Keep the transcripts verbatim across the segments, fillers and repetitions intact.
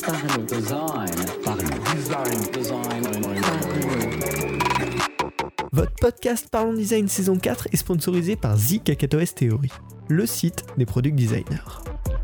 Parlons. Design. Parlons. Design. Design. Parlons. Votre podcast Parlons Design saison quatre est sponsorisé par The Kakatoes Theory, le site des product designers.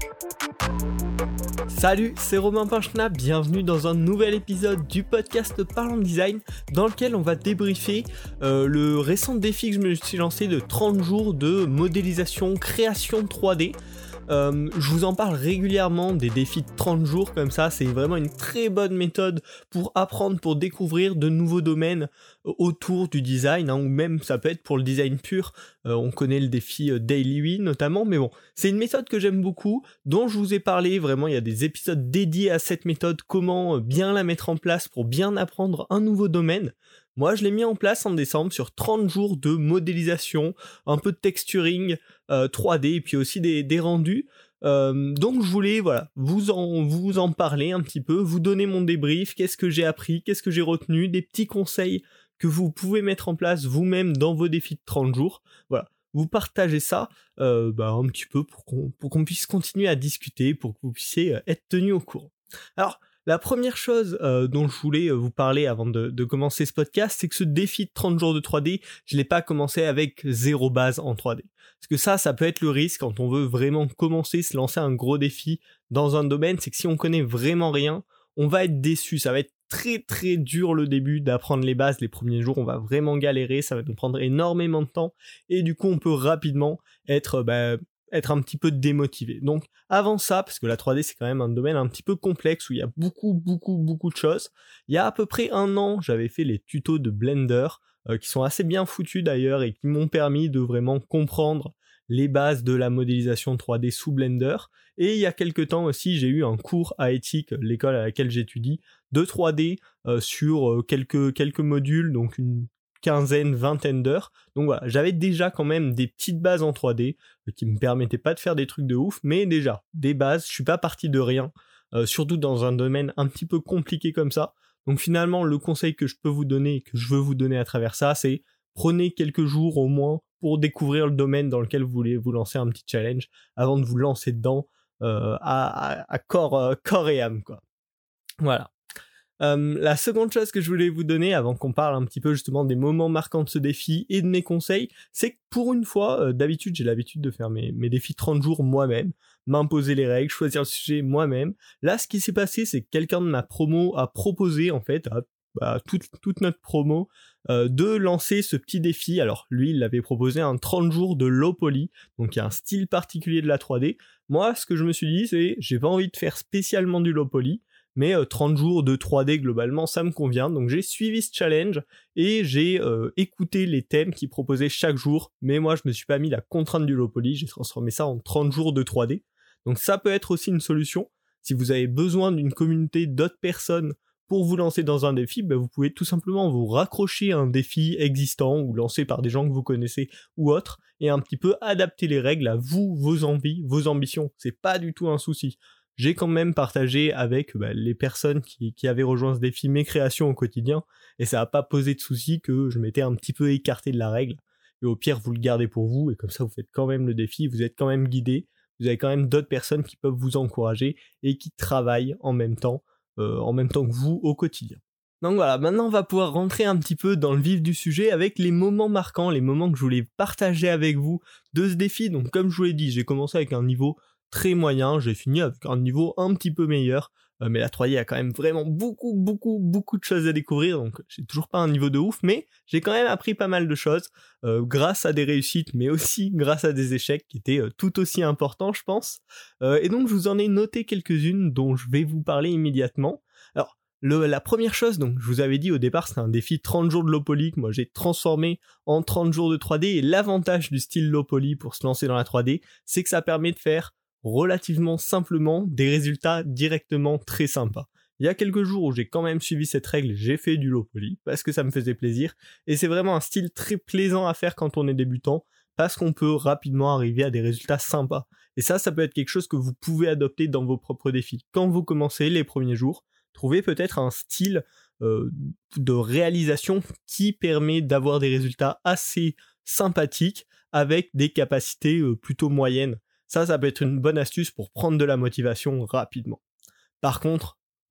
Salut, c'est Romain Pinchna, bienvenue dans un nouvel épisode du podcast Parlons Design dans lequel on va débriefer euh, le récent défi que je me suis lancé de trente jours de modélisation, création trois D. Euh, je vous en parle régulièrement des défis de trente jours comme ça, c'est vraiment une très bonne méthode pour apprendre, pour découvrir de nouveaux domaines autour du design, hein, ou même ça peut être pour le design pur. Euh, on connaît le défi euh, Daily Win notamment, mais bon, c'est une méthode que j'aime beaucoup, dont je vous ai parlé, vraiment il y a des épisodes dédiés à cette méthode, comment bien la mettre en place pour bien apprendre un nouveau domaine. Moi, je l'ai mis en place en décembre sur trente jours de modélisation, un peu de texturing, euh, trois D, et puis aussi des, des rendus. Euh, donc, je voulais voilà, vous en, vous en parler un petit peu, vous donner mon débrief, qu'est-ce que j'ai appris, qu'est-ce que j'ai retenu, des petits conseils que vous pouvez mettre en place vous-même dans vos défis de trente jours. Voilà, vous partagez ça euh, bah, un petit peu pour qu'on, pour qu'on puisse continuer à discuter, pour que vous puissiez être tenu au courant. Alors, la première chose euh, dont je voulais vous parler avant de, de commencer ce podcast, c'est que ce défi de trente jours de trois D, je ne l'ai pas commencé avec zéro base en trois D. Parce que ça, ça peut être le risque quand on veut vraiment commencer, se lancer un gros défi dans un domaine, c'est que si on connaît vraiment rien, on va être déçu, ça va être très très dur le début d'apprendre les bases, les premiers jours, on va vraiment galérer, ça va nous prendre énormément de temps, et du coup on peut rapidement être... Bah, être un petit peu démotivé. Donc avant ça, parce que la trois D c'est quand même un domaine un petit peu complexe où il y a beaucoup beaucoup beaucoup de choses, il y a à peu près un an j'avais fait les tutos de Blender euh, qui sont assez bien foutus d'ailleurs et qui m'ont permis de vraiment comprendre les bases de la modélisation trois D sous Blender. Et il y a quelques temps aussi j'ai eu un cours à Ethic, l'école à laquelle j'étudie, de trois D euh, sur euh, quelques, quelques modules, donc une quinzaine, vingtaine d'heures. Donc voilà, j'avais déjà quand même des petites bases en trois D euh, qui me permettaient pas de faire des trucs de ouf, mais déjà, des bases, je suis pas parti de rien, euh, surtout dans un domaine un petit peu compliqué comme ça. Donc finalement, le conseil que je peux vous donner, que je veux vous donner à travers ça, c'est prenez quelques jours au moins pour découvrir le domaine dans lequel vous voulez vous lancer un petit challenge avant de vous lancer dedans euh, à, à, à corps, euh, corps et âme, quoi. Voilà. Euh, la seconde chose que je voulais vous donner avant qu'on parle un petit peu justement des moments marquants de ce défi et de mes conseils, c'est que pour une fois, euh, d'habitude j'ai l'habitude de faire mes, mes défis trente jours moi-même, m'imposer les règles, choisir le sujet moi-même. Là ce qui s'est passé c'est que quelqu'un de ma promo a proposé en fait à, à toute, toute notre promo euh, de lancer ce petit défi. Alors lui il avait proposé un trente jours de low poly, donc il y a un style particulier de la trois D. Moi ce que je me suis dit c'est j'ai pas envie de faire spécialement du low poly, mais euh, trente jours de trois D globalement ça me convient, donc j'ai suivi ce challenge et j'ai euh, écouté les thèmes qu'ils proposaient chaque jour, mais moi je me suis pas mis la contrainte du low poly, j'ai transformé ça en trente jours de trois D, donc ça peut être aussi une solution. Si vous avez besoin d'une communauté d'autres personnes pour vous lancer dans un défi, bah, vous pouvez tout simplement vous raccrocher à un défi existant ou lancé par des gens que vous connaissez ou autres, et un petit peu adapter les règles à vous, vos envies, vos ambitions, c'est pas du tout un souci. J'ai quand même partagé avec bah, les personnes qui, qui avaient rejoint ce défi mes créations au quotidien, et ça n'a pas posé de souci que je m'étais un petit peu écarté de la règle, et au pire vous le gardez pour vous, et comme ça vous faites quand même le défi, vous êtes quand même guidé, vous avez quand même d'autres personnes qui peuvent vous encourager, et qui travaillent en même temps, euh, en même temps que vous au quotidien. Donc voilà, maintenant on va pouvoir rentrer un petit peu dans le vif du sujet avec les moments marquants, les moments que je voulais partager avec vous de ce défi. Donc comme je vous l'ai dit, j'ai commencé avec un niveau très moyen, j'ai fini avec un niveau un petit peu meilleur, euh, mais la trois D a quand même vraiment beaucoup beaucoup beaucoup de choses à découvrir, donc j'ai toujours pas un niveau de ouf, mais j'ai quand même appris pas mal de choses, euh, grâce à des réussites, mais aussi grâce à des échecs qui étaient euh, tout aussi importants je pense, euh, et donc je vous en ai noté quelques-unes dont je vais vous parler immédiatement. Alors Le, la première chose, donc je vous avais dit au départ c'était un défi trente jours de low poly que moi j'ai transformé en trente jours de trois D, et l'avantage du style low poly pour se lancer dans la trois D, c'est que ça permet de faire relativement simplement des résultats directement très sympas. Il y a quelques jours où j'ai quand même suivi cette règle, j'ai fait du low poly parce que ça me faisait plaisir, et c'est vraiment un style très plaisant à faire quand on est débutant, parce qu'on peut rapidement arriver à des résultats sympas. Et ça, ça peut être quelque chose que vous pouvez adopter dans vos propres défis. Quand vous commencez les premiers jours, trouvez peut-être un style euh, de réalisation qui permet d'avoir des résultats assez sympathiques avec des capacités euh, plutôt moyennes. Ça, ça peut être une bonne astuce pour prendre de la motivation rapidement. Par contre,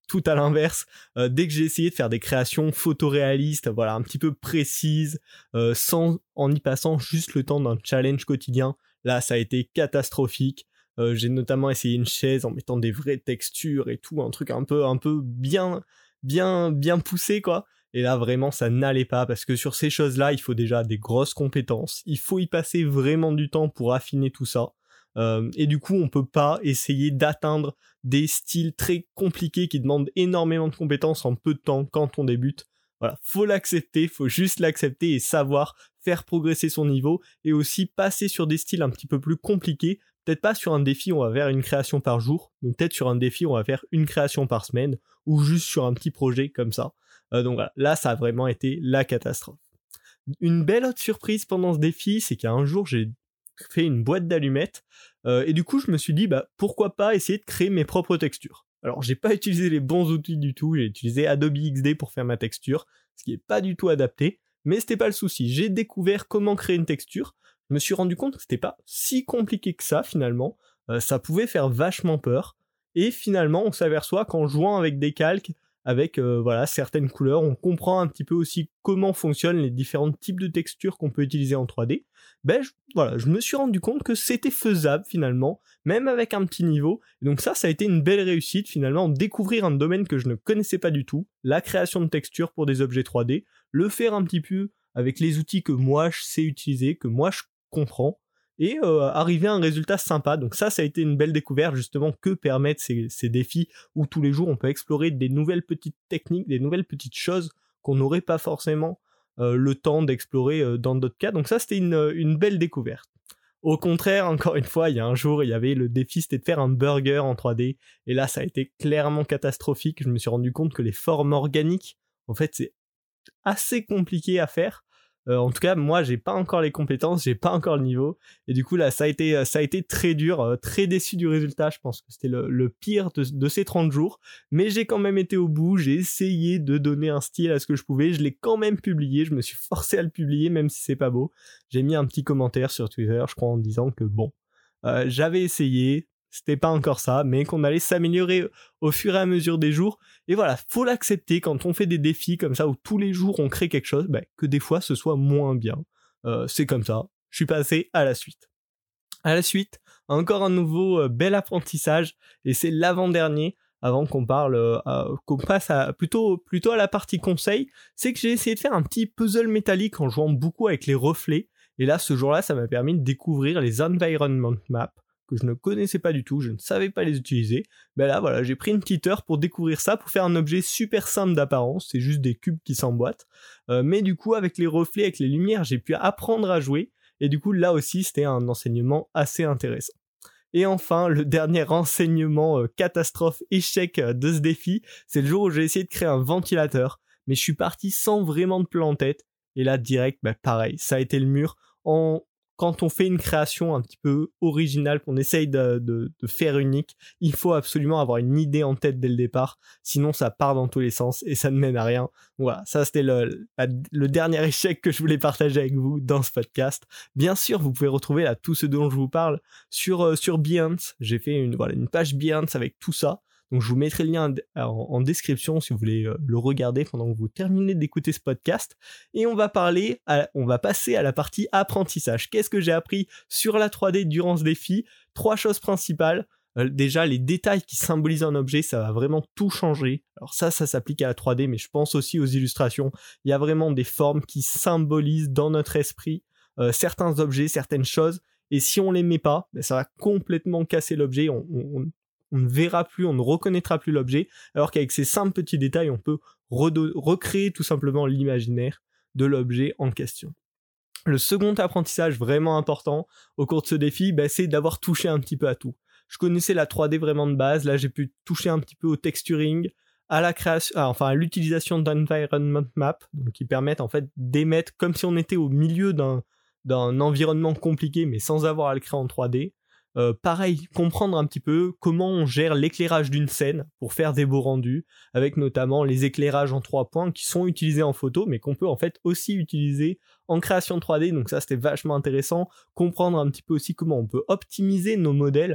tout à l'inverse. Euh, dès que j'ai essayé de faire des créations photoréalistes, voilà, un petit peu précises, euh, sans en y passant juste le temps d'un challenge quotidien, là ça a été catastrophique. Euh, j'ai notamment essayé une chaise en mettant des vraies textures et tout, un truc un peu un peu bien bien bien poussé quoi. Et là vraiment ça n'allait pas, parce que sur ces choses-là il faut déjà des grosses compétences, il faut y passer vraiment du temps pour affiner tout ça. Euh, et du coup on peut pas essayer d'atteindre des styles très compliqués qui demandent énormément de compétences en peu de temps quand on débute. Voilà, faut l'accepter, faut juste l'accepter et savoir faire progresser son niveau, et aussi passer sur des styles un petit peu plus compliqués. Peut-être pas sur un défi on va faire une création par jour, mais peut-être sur un défi on va faire une création par semaine, ou juste sur un petit projet comme ça. Euh, donc voilà, là ça a vraiment été la catastrophe. Une belle autre surprise pendant ce défi, c'est qu'un jour j'ai fait une boîte d'allumettes, euh, et du coup je me suis dit bah pourquoi pas essayer de créer mes propres textures. Alors j'ai pas utilisé les bons outils du tout, j'ai utilisé Adobe X D pour faire ma texture, ce qui est pas du tout adapté, mais c'était pas le souci. J'ai découvert comment créer une texture, je me suis rendu compte que c'était pas si compliqué que ça finalement, euh, ça pouvait faire vachement peur, et finalement on s'aperçoit qu'en jouant avec des calques, avec euh, voilà certaines couleurs, on comprend un petit peu aussi comment fonctionnent les différents types de textures qu'on peut utiliser en trois D. Ben je, voilà, je me suis rendu compte que c'était faisable finalement, même avec un petit niveau. Et donc ça, ça a été une belle réussite finalement, découvrir un domaine que je ne connaissais pas du tout, la création de textures pour des objets trois D, le faire un petit peu avec les outils que moi je sais utiliser, que moi je comprends, et euh, arriver à un résultat sympa. Donc ça, ça a été une belle découverte justement que permettent ces, ces défis où tous les jours on peut explorer des nouvelles petites techniques, des nouvelles petites choses qu'on n'aurait pas forcément euh, le temps d'explorer euh, dans d'autres cas. Donc ça, c'était une, une belle découverte. Au contraire, encore une fois, il y a un jour, il y avait le défi, c'était de faire un burger en trois D, et là ça a été clairement catastrophique. Je me suis rendu compte que les formes organiques, en fait, c'est assez compliqué à faire. Euh, en tout cas, moi, j'ai pas encore les compétences, j'ai pas encore le niveau, et du coup là, ça a été, ça a été très dur, euh, très déçu du résultat. Je pense que c'était le, le pire de, de ces trente jours, mais j'ai quand même été au bout. J'ai essayé de donner un style à ce que je pouvais. Je l'ai quand même publié. Je me suis forcé à le publier, même si c'est pas beau. J'ai mis un petit commentaire sur Twitter, je crois, en disant que bon, euh, j'avais essayé. C'était pas encore ça, mais qu'on allait s'améliorer au fur et à mesure des jours. Et voilà, faut l'accepter quand on fait des défis comme ça où tous les jours on crée quelque chose, bah, que des fois ce soit moins bien. Euh, c'est comme ça. Je suis passé à la suite. À la suite, encore un nouveau euh, bel apprentissage, et c'est l'avant-dernier avant qu'on parle, euh, à, qu'on passe à, plutôt, plutôt à la partie conseil. C'est que j'ai essayé de faire un petit puzzle métallique en jouant beaucoup avec les reflets. Et là, ce jour-là, ça m'a permis de découvrir les environment maps, que je ne connaissais pas du tout, je ne savais pas les utiliser. Ben là voilà, j'ai pris une petite heure pour découvrir ça, pour faire un objet super simple d'apparence, c'est juste des cubes qui s'emboîtent, euh, mais du coup avec les reflets, avec les lumières, j'ai pu apprendre à jouer, et du coup là aussi c'était un enseignement assez intéressant. Et enfin, le dernier enseignement euh, catastrophe, échec euh, de ce défi, c'est le jour où j'ai essayé de créer un ventilateur, mais je suis parti sans vraiment de plan en tête, et là direct, ben pareil, ça a été le mur. En Quand on fait une création un petit peu originale, qu'on essaye de, de, de faire unique, il faut absolument avoir une idée en tête dès le départ, sinon ça part dans tous les sens et ça ne mène à rien. Voilà, ça c'était le, le dernier échec que je voulais partager avec vous dans ce podcast. Bien sûr, vous pouvez retrouver là tout ce dont je vous parle sur, euh, sur Behance. J'ai fait une, voilà, une page Behance avec tout ça. Donc je vous mettrai le lien en, en description si vous voulez euh, le regarder pendant que vous terminez d'écouter ce podcast. Et on va parler, à, on va passer à la partie apprentissage. Qu'est-ce que j'ai appris sur la trois D durant ce défi ? Trois choses principales. Euh, déjà, les détails qui symbolisent un objet, ça va vraiment tout changer. Alors ça, ça s'applique à la trois D, mais je pense aussi aux illustrations. Il y a vraiment des formes qui symbolisent dans notre esprit euh, certains objets, certaines choses. Et si on les met pas, ben, ça va complètement casser l'objet. On, on, on ne verra plus, on ne reconnaîtra plus l'objet, alors qu'avec ces simples petits détails, on peut redo- recréer tout simplement l'imaginaire de l'objet en question. Le second apprentissage vraiment important au cours de ce défi, bah, c'est d'avoir touché un petit peu à tout. Je connaissais la trois D vraiment de base, là j'ai pu toucher un petit peu au texturing, à la création, ah, enfin à l'utilisation d'environment map, donc qui permettent en fait d'émettre comme si on était au milieu d'un, d'un environnement compliqué, mais sans avoir à le créer en trois D. Euh, pareil, comprendre un petit peu comment on gère l'éclairage d'une scène pour faire des beaux rendus, avec notamment les éclairages en trois points qui sont utilisés en photo, mais qu'on peut en fait aussi utiliser en création trois D, donc ça c'était vachement intéressant. Comprendre un petit peu aussi comment on peut optimiser nos modèles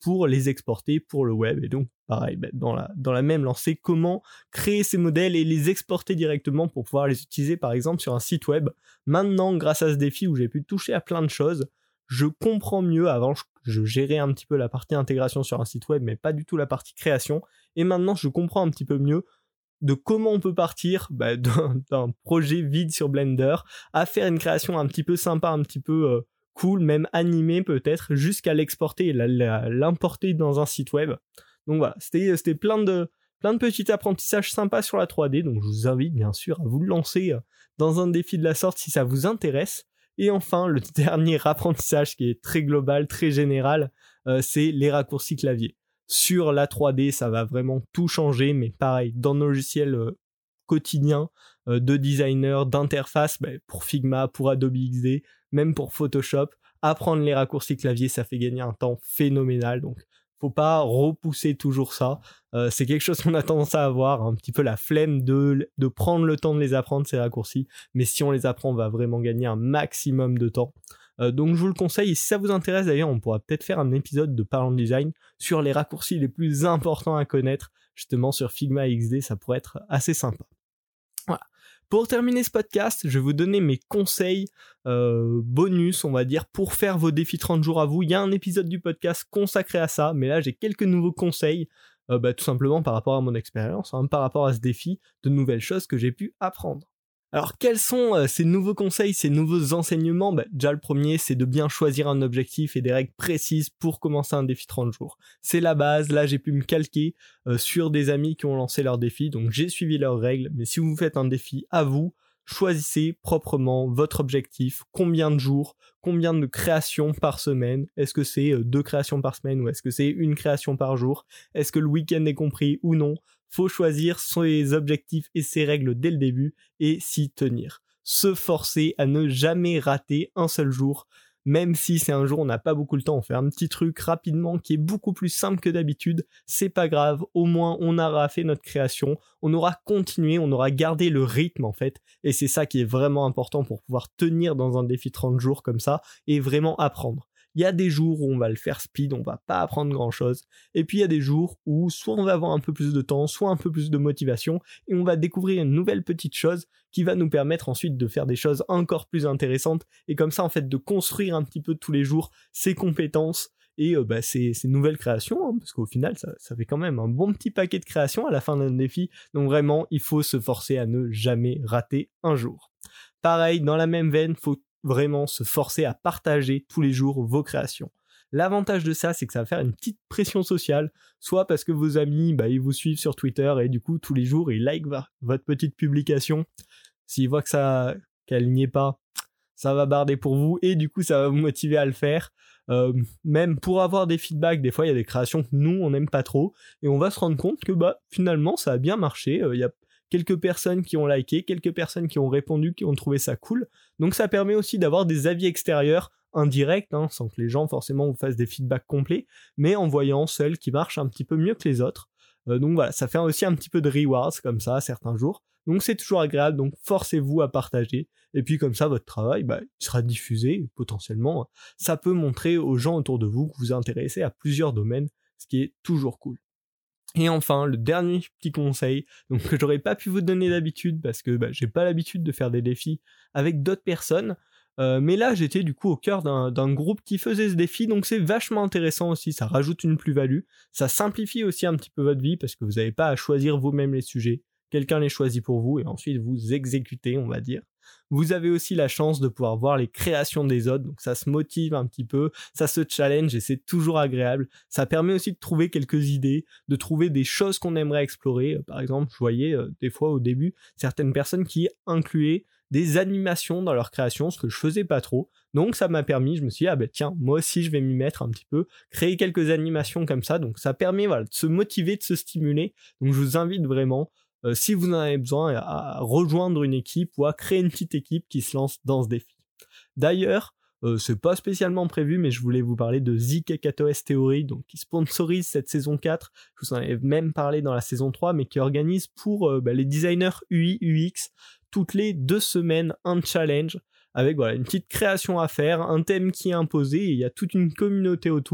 pour les exporter pour le web. Et donc pareil, bah, dans, la, dans la même lancée, comment créer ces modèles et les exporter directement pour pouvoir les utiliser par exemple sur un site web. Maintenant, grâce à ce défi où j'ai pu toucher à plein de choses, je comprends mieux. Avant je, je gérais un petit peu la partie intégration sur un site web mais pas du tout la partie création, et maintenant je comprends un petit peu mieux de comment on peut partir bah, d'un, d'un projet vide sur Blender à faire une création un petit peu sympa, un petit peu euh, cool, même animée peut-être, jusqu'à l'exporter et la, la, l'importer dans un site web. Donc voilà, c'était, c'était plein de, plein de petits apprentissages sympas sur la trois D, donc je vous invite bien sûr à vous lancer dans un défi de la sorte si ça vous intéresse. Et enfin, le dernier apprentissage qui est très global, très général, euh, c'est les raccourcis clavier. Sur la trois D, ça va vraiment tout changer, mais pareil, dans nos logiciels euh, quotidiens euh, de designer, d'interface, bah, pour Figma, pour Adobe X D, même pour Photoshop, apprendre les raccourcis clavier, ça fait gagner un temps phénoménal. Donc, faut pas repousser toujours ça. Euh, c'est quelque chose qu'on a tendance à avoir, un petit peu la flemme de, de prendre le temps de les apprendre, ces raccourcis. Mais si on les apprend, on va vraiment gagner un maximum de temps. Euh, donc je vous le conseille, et si ça vous intéresse d'ailleurs, on pourra peut-être faire un épisode de Parlons Design sur les raccourcis les plus importants à connaître, justement sur Figma X D, ça pourrait être assez sympa. Voilà. Pour terminer ce podcast, je vais vous donner mes conseils euh, bonus, on va dire, pour faire vos défis trente jours à vous. Il y a un épisode du podcast consacré à ça, mais là j'ai quelques nouveaux conseils, euh, bah, tout simplement par rapport à mon expérience, hein, par rapport à ce défi, de nouvelles choses que j'ai pu apprendre. Alors quels sont euh, ces nouveaux conseils, ces nouveaux enseignements? Bah, déjà le premier, c'est de bien choisir un objectif et des règles précises pour commencer un défi trente jours. C'est la base, là j'ai pu me calquer euh, sur des amis qui ont lancé leur défi, donc j'ai suivi leurs règles, mais si vous faites un défi à vous, choisissez proprement votre objectif, combien de jours, combien de créations par semaine, est-ce que c'est euh, deux créations par semaine ou est-ce que c'est une création par jour, est-ce que le week-end est compris ou non. Faut choisir ses objectifs et ses règles dès le début et s'y tenir. Se forcer à ne jamais rater un seul jour, même si c'est un jour où on n'a pas beaucoup de temps, on fait un petit truc rapidement qui est beaucoup plus simple que d'habitude, c'est pas grave, au moins on aura fait notre création, on aura continué, on aura gardé le rythme en fait, et c'est ça qui est vraiment important pour pouvoir tenir dans un défi trente jours comme ça et vraiment apprendre. Il y a des jours où on va le faire speed, on va pas apprendre grand chose, et puis il y a des jours où soit on va avoir un peu plus de temps, soit un peu plus de motivation, et on va découvrir une nouvelle petite chose qui va nous permettre ensuite de faire des choses encore plus intéressantes, et comme ça en fait de construire un petit peu tous les jours ses compétences, et euh, bah, ces, ces nouvelles créations, hein, parce qu'au final ça, ça fait quand même un bon petit paquet de créations à la fin d'un défi, donc vraiment il faut se forcer à ne jamais rater un jour. Pareil, dans la même veine, faut vraiment se forcer à partager tous les jours vos créations. L'avantage de ça, c'est que ça va faire une petite pression sociale, soit parce que vos amis, bah, ils vous suivent sur Twitter et du coup, tous les jours, ils likent va- votre petite publication. S'ils voient que ça, qu'elle n'y est pas, ça va barder pour vous et du coup, ça va vous motiver à le faire. Euh, même pour avoir des feedbacks, des fois, il y a des créations que nous, on n'aime pas trop et on va se rendre compte que bah, finalement, ça a bien marché. Il euh, y a quelques personnes qui ont liké, quelques personnes qui ont répondu, qui ont trouvé ça cool. Donc ça permet aussi d'avoir des avis extérieurs indirects, hein, sans que les gens forcément vous fassent des feedbacks complets, mais en voyant celles qui marchent un petit peu mieux que les autres. Euh, donc voilà, ça fait aussi un petit peu de rewards comme ça certains jours. Donc c'est toujours agréable, donc forcez-vous à partager. Et puis comme ça, votre travail bah, il sera diffusé, et potentiellement, ça peut montrer aux gens autour de vous que vous vous intéressez à plusieurs domaines, ce qui est toujours cool. Et enfin, le dernier petit conseil, donc que j'aurais pas pu vous donner d'habitude parce que bah, j'ai pas l'habitude de faire des défis avec d'autres personnes, euh, mais là j'étais du coup au cœur d'un, d'un groupe qui faisait ce défi, donc c'est vachement intéressant aussi, ça rajoute une plus-value, ça simplifie aussi un petit peu votre vie parce que vous n'avez pas à choisir vous-même les sujets, quelqu'un les choisit pour vous et ensuite vous exécutez, on va dire. Vous avez aussi la chance de pouvoir voir les créations des autres, donc ça se motive un petit peu, ça se challenge et c'est toujours agréable. Ça permet aussi de trouver quelques idées, de trouver des choses qu'on aimerait explorer. Par exemple, je voyais euh, des fois au début certaines personnes qui incluaient des animations dans leur création, ce que je faisais pas trop. Donc ça m'a permis, je me suis dit, ah ben tiens, moi aussi je vais m'y mettre un petit peu, créer quelques animations comme ça, donc ça permet voilà, de se motiver, de se stimuler. Donc je vous invite vraiment, Euh, si vous en avez besoin, à rejoindre une équipe ou à créer une petite équipe qui se lance dans ce défi. D'ailleurs, euh, c'est pas spécialement prévu, mais je voulais vous parler de zkKTOS Theory, donc qui sponsorise cette saison quatre. Je vous en avais même parlé dans la saison trois, mais qui organise pour euh, bah, les designers U I U X toutes les deux semaines un challenge avec voilà une petite création à faire, un thème qui est imposé et il y a toute une communauté autour.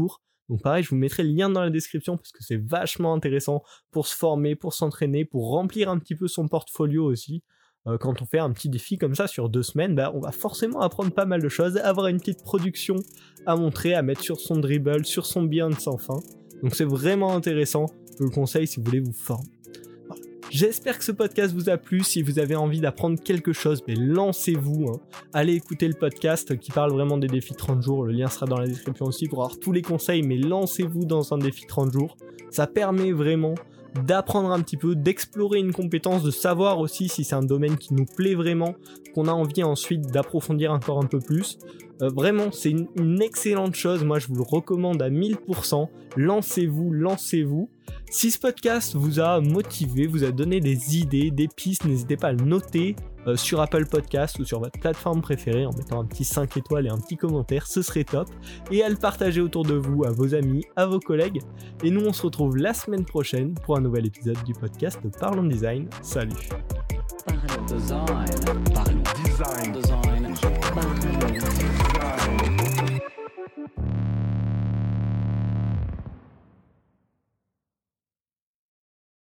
Donc pareil, je vous mettrai le lien dans la description parce que c'est vachement intéressant pour se former, pour s'entraîner, pour remplir un petit peu son portfolio aussi. Euh, quand on fait un petit défi comme ça sur deux semaines, bah, on va forcément apprendre pas mal de choses, avoir une petite production à montrer, à mettre sur son dribble, sur son beyond sans fin. Donc c'est vraiment intéressant, je vous le conseille si vous voulez vous former. Voilà. J'espère que ce podcast vous a plu. Si vous avez envie d'apprendre quelque chose, mais lancez-vous, hein. Allez écouter le podcast qui parle vraiment des défis trente jours, le lien sera dans la description aussi pour avoir tous les conseils, mais lancez-vous dans un défi trente jours. Ça permet vraiment d'apprendre un petit peu, d'explorer une compétence, de savoir aussi si c'est un domaine qui nous plaît vraiment, qu'on a envie ensuite d'approfondir encore un peu plus. Euh, vraiment, c'est une, une excellente chose, moi je vous le recommande à mille pour cent. Lancez-vous, lancez-vous. Si ce podcast vous a motivé, vous a donné des idées, des pistes, n'hésitez pas à le noter euh, sur Apple Podcast ou sur votre plateforme préférée en mettant un petit cinq étoiles et un petit commentaire, ce serait top. Et à le partager autour de vous, à vos amis, à vos collègues. Et nous on se retrouve la semaine prochaine pour un nouvel épisode du podcast Parlons Design. Salut. Parlons design. Parlons design. Design. Parlons design.